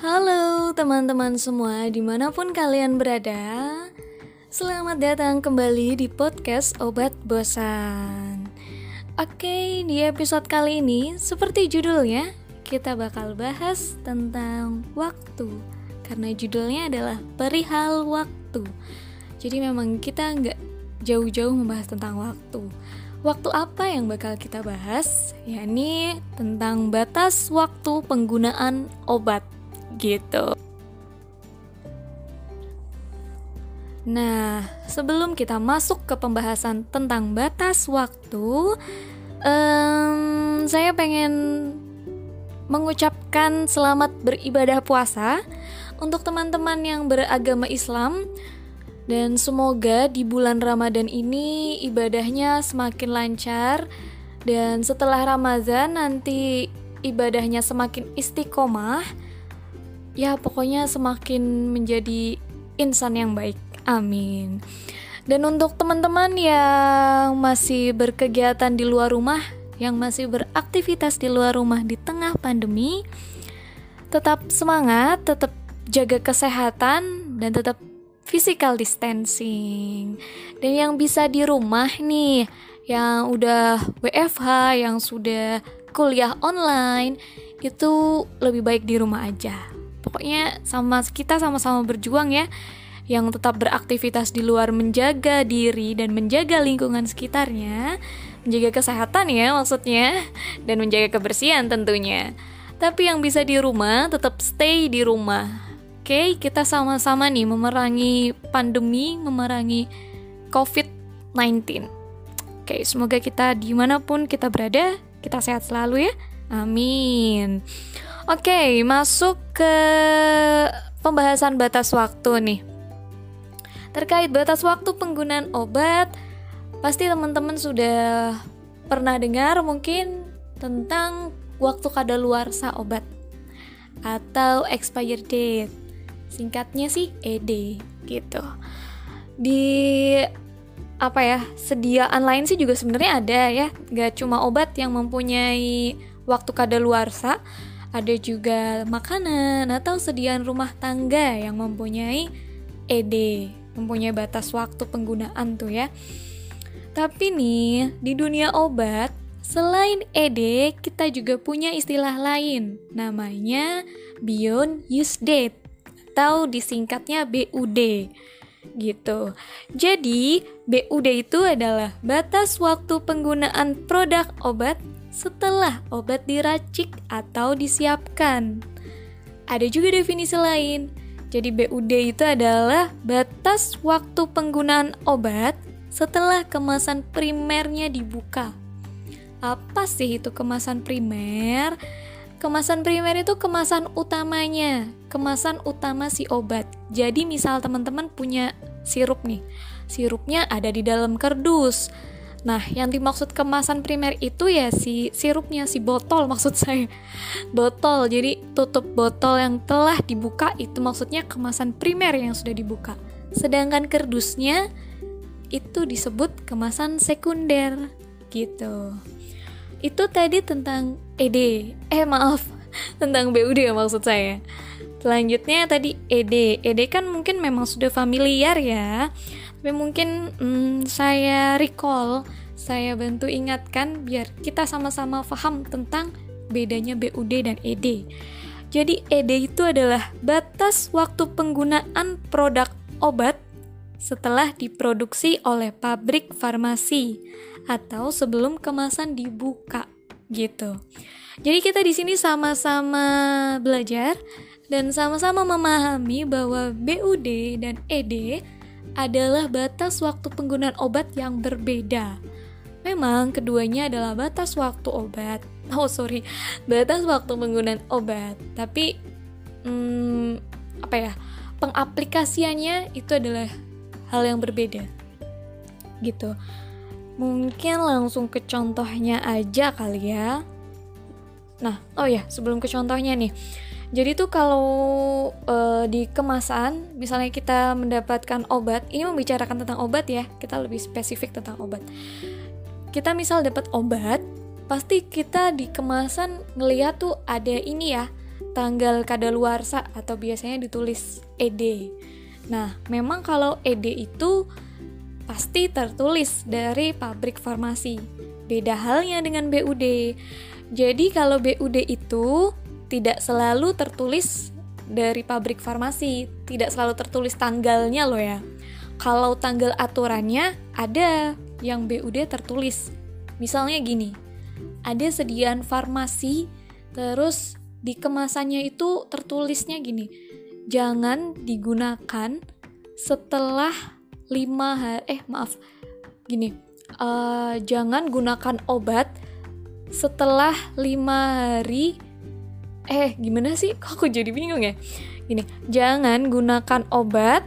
Halo teman-teman semua, dimanapun kalian berada. Selamat datang kembali di podcast Obat Bosan. Oke, di episode kali ini, seperti judulnya, kita bakal bahas tentang waktu. Karena judulnya adalah perihal waktu. Jadi memang kita nggak jauh-jauh membahas tentang waktu. Waktu apa yang bakal kita bahas? Yakni tentang batas waktu penggunaan obat. Gitu. Nah, sebelum kita masuk ke pembahasan tentang batas waktu, saya pengen mengucapkan selamat beribadah puasa untuk teman-teman yang beragama Islam, dan semoga di bulan Ramadan ini ibadahnya semakin lancar, dan setelah Ramadan nanti ibadahnya semakin istiqomah. Ya, pokoknya semakin menjadi insan yang baik. Amin. Dan untuk teman-teman yang masih berkegiatan di luar rumah, yang masih beraktivitas di luar rumah di tengah pandemi, tetap semangat, tetap jaga kesehatan, dan tetap physical distancing. Dan yang bisa di rumah nih, yang udah WFH, yang sudah kuliah online, itu lebih baik di rumah aja. Pokoknya kita sama-sama berjuang ya, yang tetap beraktivitas di luar, menjaga diri dan menjaga lingkungan sekitarnya, menjaga kesehatan ya maksudnya, dan menjaga kebersihan tentunya. Tapi yang bisa di rumah, tetap stay di rumah. Oke, kita sama-sama nih memerangi pandemi, memerangi COVID-19. Oke, semoga kita dimanapun kita berada, kita sehat selalu ya. Amin. Oke, masuk ke pembahasan batas waktu nih. Terkait batas waktu penggunaan obat, pasti teman-teman sudah pernah dengar mungkin tentang waktu kadaluarsa obat atau expired date. Singkatnya sih ED gitu. Di sediaan lain sih juga sebenarnya ada ya. Gak cuma obat yang mempunyai waktu kadaluarsa, ada juga makanan atau sediaan rumah tangga yang mempunyai ED, mempunyai batas waktu penggunaan tuh ya. Tapi nih, di dunia obat, selain ED, kita juga punya istilah lain, namanya Beyond Use Date, atau disingkatnya BUD, gitu. Jadi, BUD itu adalah batas waktu penggunaan produk obat setelah obat diracik atau disiapkan. Ada juga definisi lain. Jadi BUD itu adalah batas waktu penggunaan obat setelah kemasan primernya dibuka. Apa sih itu kemasan primer? Kemasan primer itu kemasan utamanya, kemasan utama si obat. Jadi misal teman-teman punya sirup nih, sirupnya ada di dalam kardus. Nah, yang dimaksud kemasan primer itu ya si sirupnya, si botol maksud saya. Botol, jadi tutup botol yang telah dibuka itu maksudnya kemasan primer yang sudah dibuka. Sedangkan kardusnya itu disebut kemasan sekunder, gitu. Itu tadi tentang ED. Tentang BUD ya maksud saya. Selanjutnya tadi ED. ED kan mungkin memang sudah familiar ya. Tapi mungkin saya recall, saya bantu ingatkan biar kita sama-sama paham tentang bedanya BUD dan ED. Jadi ED itu adalah batas waktu penggunaan produk obat setelah diproduksi oleh pabrik farmasi atau sebelum kemasan dibuka, gitu. Jadi kita di sini sama-sama belajar dan sama-sama memahami bahwa BUD dan ED adalah batas waktu penggunaan obat yang berbeda. Memang keduanya adalah batas waktu obat. Batas waktu penggunaan obat. Tapi pengaplikasiannya itu adalah hal yang berbeda. Gitu. Mungkin langsung ke contohnya aja kali ya. Nah, sebelum ke contohnya nih. Jadi tuh kalau di kemasan, misalnya kita mendapatkan obat, ini membicarakan tentang obat ya, kita lebih spesifik tentang obat. Kita misal dapat obat, pasti kita di kemasan ngelihat tuh ada ini ya, tanggal kadaluarsa atau biasanya ditulis ED. Nah, memang kalau ED itu pasti tertulis dari pabrik farmasi. Beda halnya dengan BUD. Jadi kalau BUD itu tidak selalu tertulis dari pabrik farmasi, tidak selalu tertulis tanggalnya loh ya. Kalau tanggal aturannya ada yang BUD tertulis. Misalnya gini, ada sediaan farmasi, terus di kemasannya itu tertulisnya gini, jangan digunakan setelah 5 hari, jangan gunakan obat setelah 5 hari, gimana sih? Kok aku jadi bingung ya? Gini, jangan gunakan obat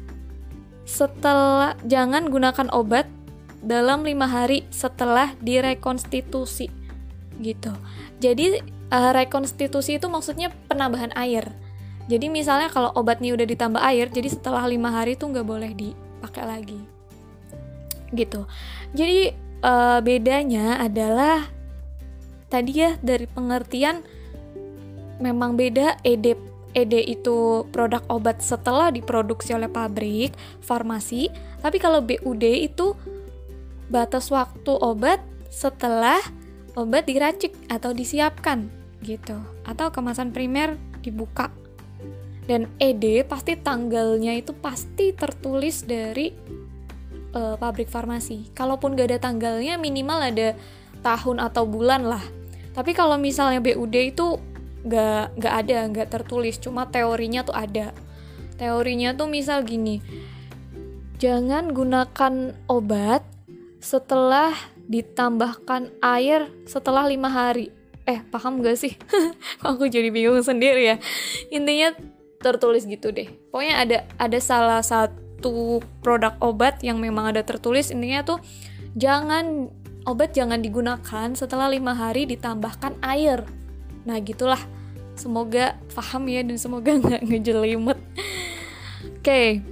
dalam 5 hari setelah direkonstitusi gitu. Jadi rekonstitusi itu maksudnya penambahan air. Jadi misalnya kalau obat nih udah ditambah air, jadi setelah 5 hari tuh nggak boleh dipakai lagi gitu. Jadi bedanya adalah tadi ya, dari pengertian memang beda. ED itu produk obat setelah diproduksi oleh pabrik farmasi, tapi kalau BUD itu batas waktu obat setelah obat diracik atau disiapkan gitu, atau kemasan primer dibuka. Dan ED pasti tanggalnya itu pasti tertulis dari pabrik farmasi. Kalaupun gak ada tanggalnya, minimal ada tahun atau bulan lah. Tapi kalau misalnya BUD itu nggak tertulis, cuma teorinya tuh ada. Teorinya tuh misal gini, jangan gunakan obat setelah ditambahkan air setelah 5 hari. Paham gak sih? Aku jadi bingung sendiri ya. Intinya tertulis gitu deh. Pokoknya ada salah satu produk obat yang memang ada tertulis, intinya tuh obat jangan digunakan setelah 5 hari ditambahkan air. Nah gitulah, semoga paham ya dan semoga nggak ngejelimet. Oke.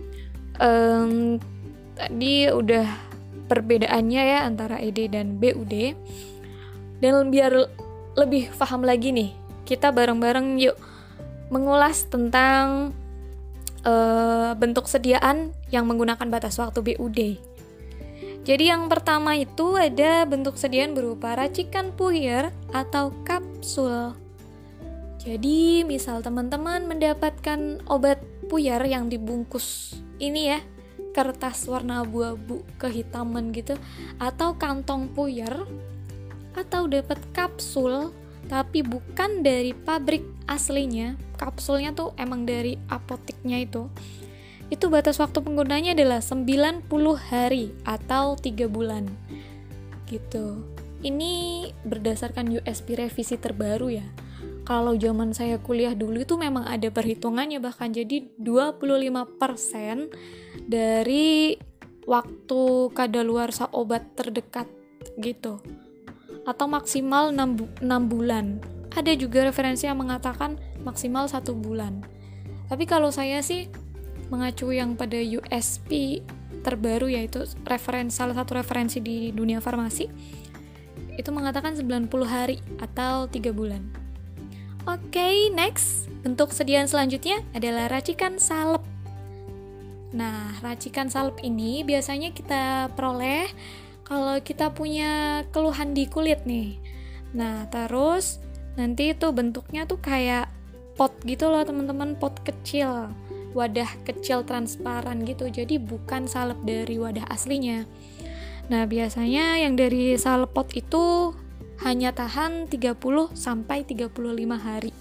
Tadi udah perbedaannya ya antara ED dan BUD. Dan biar lebih paham lagi nih, kita bareng-bareng yuk mengulas tentang bentuk sediaan yang menggunakan batas waktu BUD. Jadi yang pertama itu ada bentuk sediaan berupa racikan puyer atau kapsul. Jadi misal teman-teman mendapatkan obat puyer yang dibungkus ini ya, kertas warna abu-abu kehitaman gitu, atau kantong puyer, atau dapat kapsul tapi bukan dari pabrik aslinya, kapsulnya tuh emang dari apoteknya itu batas waktu penggunanya adalah 90 hari atau 3 bulan gitu. Ini berdasarkan USP revisi terbaru ya. Kalau zaman saya kuliah dulu itu memang ada perhitungannya, bahkan jadi 25% dari waktu kadaluarsa obat terdekat gitu, atau maksimal 6 bulan. Ada juga referensi yang mengatakan maksimal 1 bulan. Tapi kalau saya sih mengacu yang pada USP terbaru, yaitu salah satu referensi di dunia farmasi, itu mengatakan 90 hari atau 3 bulan. Oke, next. Bentuk sediaan selanjutnya adalah racikan salep. Nah, racikan salep ini biasanya kita peroleh kalau kita punya keluhan di kulit nih. Nah, terus nanti itu bentuknya tuh kayak pot gitu loh teman-teman, pot kecil, wadah kecil transparan gitu. Jadi bukan salep dari wadah aslinya. Nah, biasanya yang dari salep pot itu hanya tahan 30 sampai 35 hari.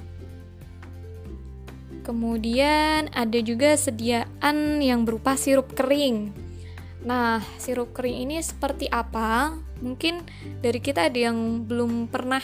Kemudian ada juga sediaan yang berupa sirup kering. Nah, sirup kering ini seperti apa? Mungkin dari kita ada yang belum pernah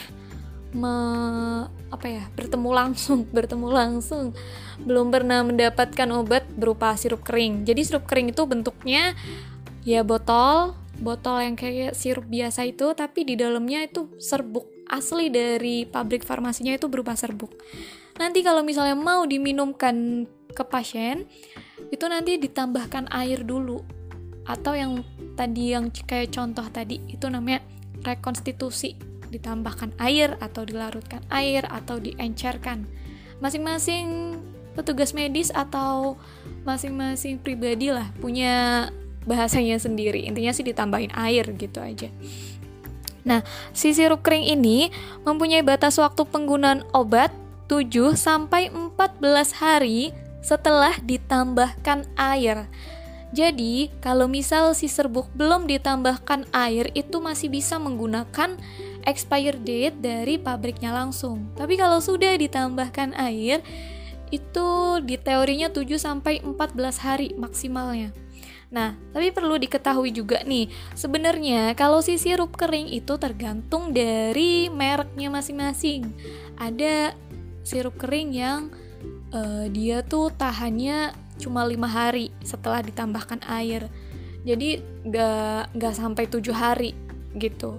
bertemu langsung, belum pernah mendapatkan obat berupa sirup kering. Jadi sirup kering itu bentuknya ya botol yang kayak sirup biasa itu, tapi di dalamnya itu serbuk. Asli dari pabrik farmasinya itu berupa serbuk. Nanti kalau misalnya mau diminumkan ke pasien, itu nanti ditambahkan air dulu. Atau yang tadi yang kayak contoh tadi, itu namanya rekonstitusi ditambahkan air atau dilarutkan air atau diencerkan. Masing-masing petugas medis atau masing-masing pribadi lah punya bahasanya sendiri. Intinya sih ditambahin air gitu aja. Nah, si sirup kering ini mempunyai batas waktu penggunaan obat 7 sampai 14 hari setelah ditambahkan air. Jadi, kalau misal si serbuk belum ditambahkan air, itu masih bisa menggunakan expired date dari pabriknya langsung. Tapi kalau sudah ditambahkan air, itu di teorinya 7 sampai 14 hari maksimalnya. Nah, tapi perlu diketahui juga nih, sebenarnya kalau si sirup kering itu tergantung dari mereknya masing-masing. Ada sirup kering yang dia tuh tahannya cuma 5 hari setelah ditambahkan air. Jadi gak sampai 7 hari gitu.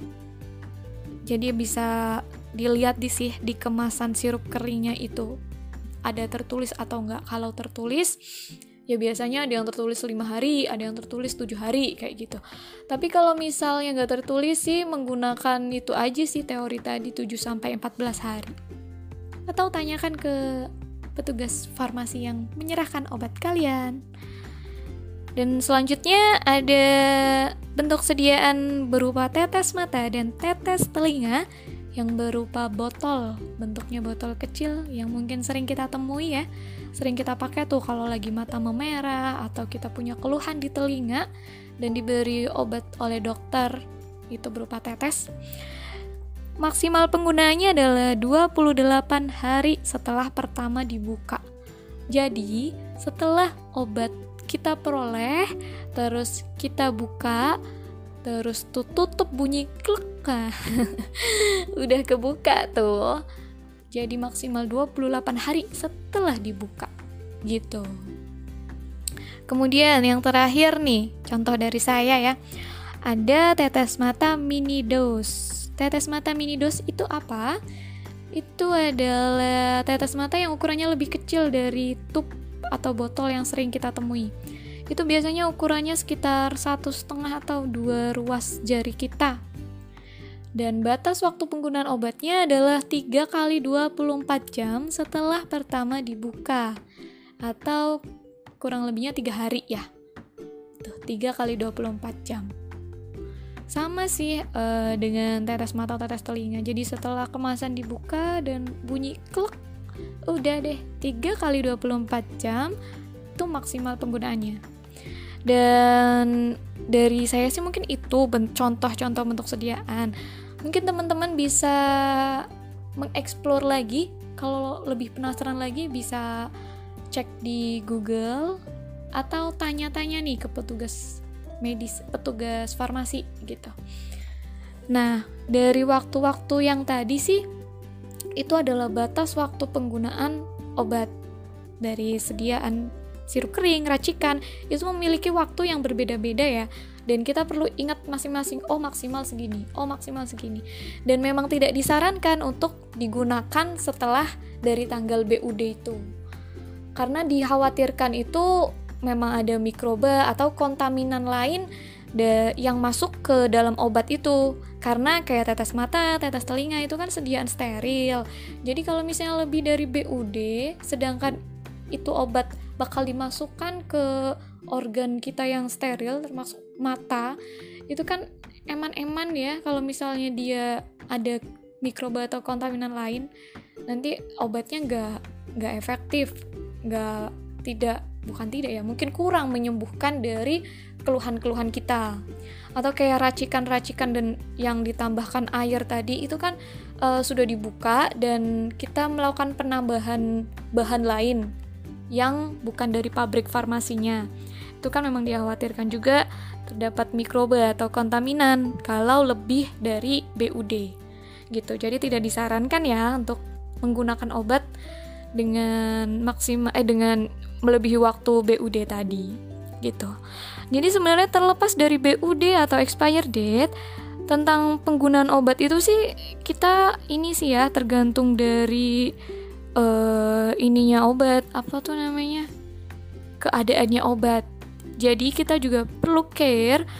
Jadi bisa dilihat di kemasan sirup keringnya itu ada tertulis atau enggak. Kalau tertulis ya biasanya ada yang tertulis 5 hari, ada yang tertulis 7 hari kayak gitu. Tapi kalau misalnya gak tertulis sih menggunakan itu aja sih teori tadi 7 sampai 14 hari. Atau tanyakan ke petugas farmasi yang menyerahkan obat kalian. Dan selanjutnya ada bentuk sediaan berupa tetes mata dan tetes telinga yang berupa botol. Bentuknya botol kecil yang mungkin sering kita temui ya. Sering kita pakai tuh kalau lagi mata memerah atau kita punya keluhan di telinga dan diberi obat oleh dokter, itu berupa tetes. Maksimal penggunaannya adalah 28 hari setelah pertama dibuka. Jadi, setelah obat kita peroleh, terus kita buka, terus tutup bunyi klek. Udah kebuka tuh. Jadi maksimal 28 hari setelah dibuka. Gitu. Kemudian yang terakhir nih, contoh dari saya ya. Ada tetes mata mini dose. Tetes mata mini dose itu apa? Itu adalah tetes mata yang ukurannya lebih kecil dari tub atau botol yang sering kita temui. Itu biasanya ukurannya sekitar 1,5 atau 2 ruas jari kita. Dan batas waktu penggunaan obatnya adalah 3 kali 24 jam setelah pertama dibuka. Atau kurang lebihnya 3 hari ya. Tuh, 3 kali 24 jam. Sama sih dengan tetes mata atau tetes telinga. Jadi setelah kemasan dibuka dan bunyi klek, udah deh 3 kali 24 jam itu maksimal penggunaannya. Dan dari saya sih mungkin itu contoh-contoh bentuk sediaan. Mungkin teman-teman bisa mengeksplor lagi. Kalau lebih penasaran lagi bisa cek di Google atau tanya-tanya nih ke petugas medis, petugas farmasi gitu. Nah, dari waktu-waktu yang tadi sih itu adalah batas waktu penggunaan obat. Dari sediaan sirup kering, racikan, itu memiliki waktu yang berbeda-beda ya. Dan kita perlu ingat masing-masing, oh maksimal segini. Dan memang tidak disarankan untuk digunakan setelah dari tanggal BUD itu. Karena dikhawatirkan itu memang ada mikroba atau kontaminan lain yang masuk ke dalam obat itu. Karena kayak tetes mata, tetes telinga itu kan sediaan steril. Jadi kalau misalnya lebih dari BUD, sedangkan itu obat bakal dimasukkan ke organ kita yang steril, termasuk mata, itu kan eman-eman ya. Kalau misalnya dia ada mikroba atau kontaminan lain, nanti obatnya nggak efektif, mungkin kurang menyembuhkan dari keluhan-keluhan kita. Atau kayak racikan-racikan dan yang ditambahkan air tadi itu kan sudah dibuka dan kita melakukan penambahan bahan lain yang bukan dari pabrik farmasinya. Itu kan memang dikhawatirkan juga terdapat mikroba atau kontaminan kalau lebih dari BUD gitu. Jadi tidak disarankan ya untuk menggunakan obat dengan dengan melebihi waktu BUD tadi gitu. Jadi sebenarnya terlepas dari BUD atau expired date, tentang penggunaan obat itu sih kita ini sih ya tergantung dari ininya obat, keadaannya obat. Jadi kita juga perlu care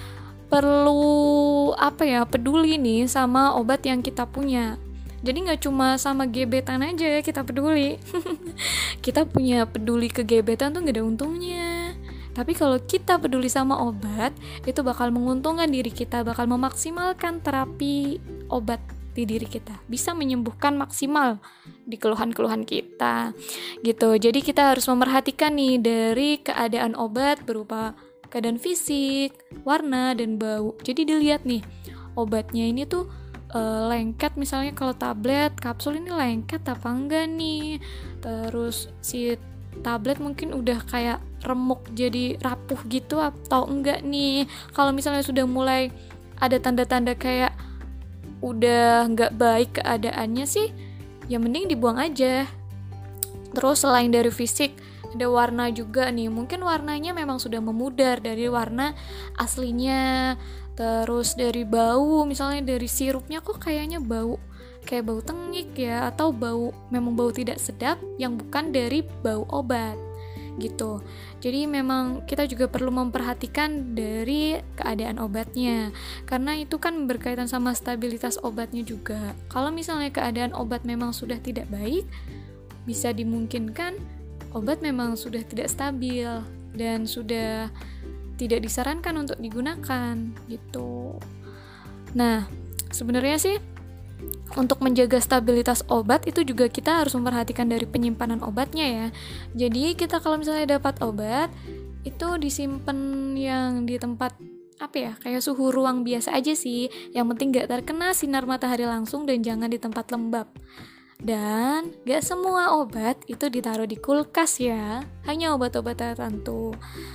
perlu peduli nih sama obat yang kita punya. Jadi nggak cuma sama gebetan aja kita peduli. Kita punya peduli ke gebetan tuh nggak ada untungnya. Tapi kalau kita peduli sama obat, itu bakal menguntungkan diri kita, bakal memaksimalkan terapi obat di diri kita, bisa menyembuhkan maksimal di keluhan-keluhan kita gitu. Jadi kita harus memerhatikan nih dari keadaan obat berupa keadaan fisik, warna, dan bau. Jadi dilihat nih obatnya ini tuh lengket, misalnya kalau tablet, kapsul ini lengket apa enggak nih. Terus si tablet mungkin udah kayak remuk jadi rapuh gitu atau enggak nih. Kalau misalnya sudah mulai ada tanda-tanda kayak udah nggak baik keadaannya sih, ya mending dibuang aja. Terus selain dari fisik, ada warna juga nih. Mungkin warnanya memang sudah memudar dari warna aslinya. Terus dari bau, misalnya dari sirupnya kok kayaknya bau kayak bau tengik ya, atau memang bau tidak sedap yang bukan dari bau obat gitu. Jadi memang kita juga perlu memperhatikan dari keadaan obatnya, karena itu kan berkaitan sama stabilitas obatnya juga. Kalau misalnya keadaan obat memang sudah tidak baik, bisa dimungkinkan obat memang sudah tidak stabil dan sudah tidak disarankan untuk digunakan gitu. Nah, sebenarnya sih untuk menjaga stabilitas obat itu juga kita harus memperhatikan dari penyimpanan obatnya ya. Jadi kita kalau misalnya dapat obat itu disimpan yang di tempat kayak suhu ruang biasa aja sih. Yang penting gak terkena sinar matahari langsung dan jangan di tempat lembab. Dan gak semua obat itu ditaruh di kulkas ya, hanya obat-obat tertentu.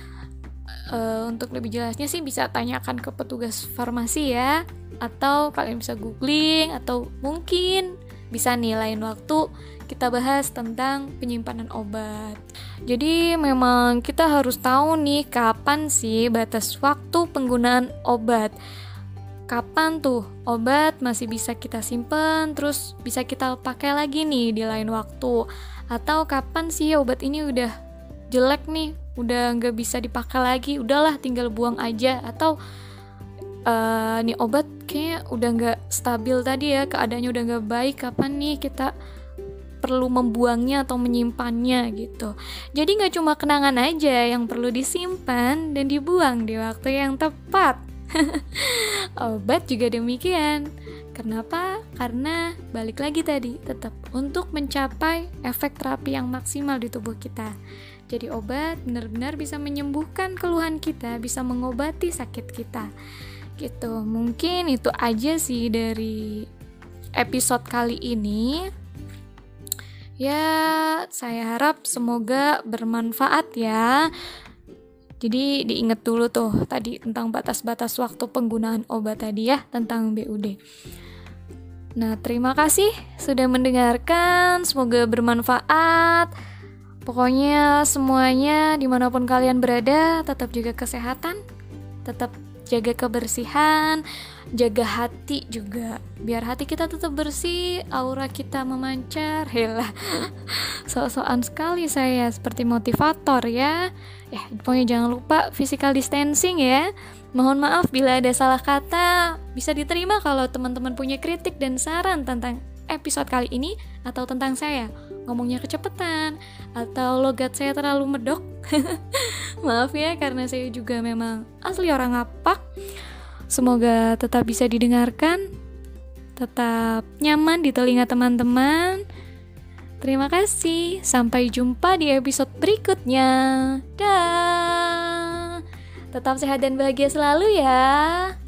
Untuk lebih jelasnya sih bisa tanyakan ke petugas farmasi ya, atau kalian bisa googling, atau mungkin bisa nih lain waktu kita bahas tentang penyimpanan obat. Jadi memang kita harus tahu nih kapan sih batas waktu penggunaan obat. Kapan tuh obat masih bisa kita simpen, terus bisa kita pakai lagi nih di lain waktu. Atau kapan sih obat ini udah jelek nih, udah nggak bisa dipakai lagi, udahlah tinggal buang aja. Atau nih obat kayaknya udah nggak stabil tadi ya, keadaannya udah nggak baik, kapan nih kita perlu membuangnya atau menyimpannya gitu. Jadi nggak cuma kenangan aja yang perlu disimpan dan dibuang di waktu yang tepat. Obat juga demikian. Kenapa? Karena balik lagi tadi, tetap untuk mencapai efek terapi yang maksimal di tubuh kita. Jadi obat benar-benar bisa menyembuhkan keluhan kita, bisa mengobati sakit kita. Gitu. Mungkin itu aja sih dari episode kali ini. Ya, saya harap semoga bermanfaat ya. Jadi diingat dulu tuh tadi tentang batas-batas waktu penggunaan obat tadi ya, tentang BUD. Nah, terima kasih sudah mendengarkan, semoga bermanfaat. Pokoknya semuanya dimanapun kalian berada, tetap jaga kesehatan, tetap jaga kebersihan, jaga hati juga, biar hati kita tetap bersih, aura kita memancar. Helah, sok-sokan sekali saya, seperti motivator ya. Pokoknya jangan lupa physical distancing ya. Mohon maaf bila ada salah kata. Bisa diterima kalau teman-teman punya kritik dan saran tentang episode kali ini, atau tentang saya ngomongnya kecepatan atau logat saya terlalu medok. Maaf ya, karena saya juga memang asli orang ngapak. Semoga tetap bisa didengarkan, tetap nyaman di telinga teman-teman. Terima kasih, sampai jumpa di episode berikutnya. Dah. Tetap sehat dan bahagia selalu ya.